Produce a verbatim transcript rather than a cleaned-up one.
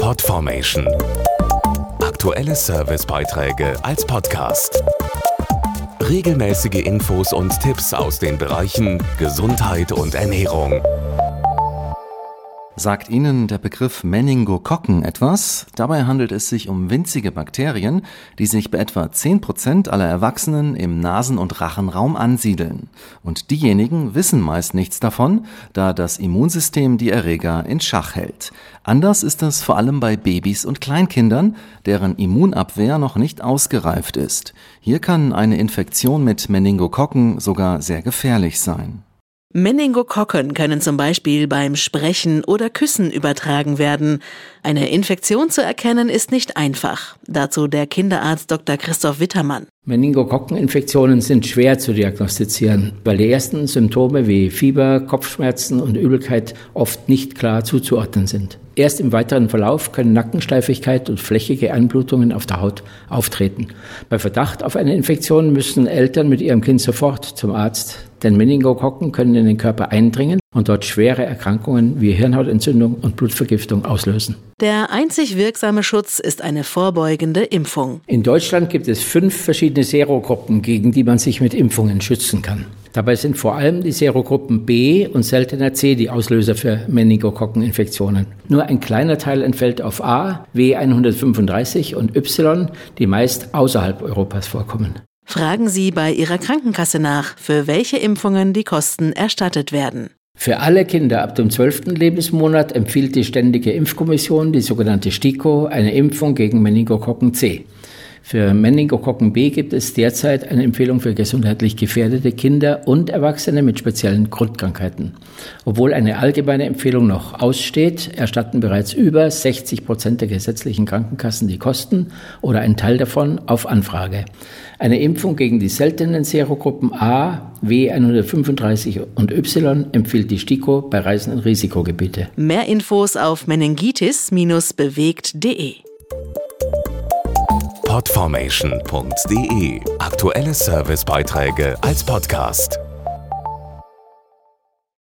Podformation. Aktuelle Servicebeiträge als Podcast. Regelmäßige Infos und Tipps aus den Bereichen Gesundheit und Ernährung. Sagt Ihnen der Begriff Meningokokken etwas? Dabei handelt es sich um winzige Bakterien, die sich bei etwa zehn Prozent aller Erwachsenen im Nasen- und Rachenraum ansiedeln. Und diejenigen wissen meist nichts davon, da das Immunsystem die Erreger in Schach hält. Anders ist es vor allem bei Babys und Kleinkindern, deren Immunabwehr noch nicht ausgereift ist. Hier kann eine Infektion mit Meningokokken sogar sehr gefährlich sein. Meningokokken können zum Beispiel beim Sprechen oder Küssen übertragen werden. Eine Infektion zu erkennen ist nicht einfach. Dazu der Kinderarzt Doktor Christoph Wittermann. Meningokokkeninfektionen sind schwer zu diagnostizieren, weil die ersten Symptome wie Fieber, Kopfschmerzen und Übelkeit oft nicht klar zuzuordnen sind. Erst im weiteren Verlauf können Nackensteifigkeit und flächige Einblutungen auf der Haut auftreten. Bei Verdacht auf eine Infektion müssen Eltern mit ihrem Kind sofort zum Arzt, denn Meningokokken können in den Körper eindringen und dort schwere Erkrankungen wie Hirnhautentzündung und Blutvergiftung auslösen. Der einzig wirksame Schutz ist eine vorbeugende Impfung. In Deutschland gibt es fünf verschiedene Serogruppen, gegen die man sich mit Impfungen schützen kann. Dabei sind vor allem die Serogruppen B und seltener C die Auslöser für Meningokokkeninfektionen. Nur ein kleiner Teil entfällt auf A, W hundertfünfunddreißig und Y, die meist außerhalb Europas vorkommen. Fragen Sie bei Ihrer Krankenkasse nach, für welche Impfungen die Kosten erstattet werden. Für alle Kinder ab dem zwölften Lebensmonat empfiehlt die Ständige Impfkommission, die sogenannte STIKO, eine Impfung gegen Meningokokken C. Für Meningokokken B gibt es derzeit eine Empfehlung für gesundheitlich gefährdete Kinder und Erwachsene mit speziellen Grundkrankheiten. Obwohl eine allgemeine Empfehlung noch aussteht, erstatten bereits über sechzig Prozent der gesetzlichen Krankenkassen die Kosten oder einen Teil davon auf Anfrage. Eine Impfung gegen die seltenen Serogruppen A, W hundertfünfunddreißig und Y empfiehlt die STIKO bei Reisen in Risikogebiete. Mehr Infos auf meningitis Bindestrich bewegt punkt de. Podformation punkt de. Aktuelle Servicebeiträge als Podcast.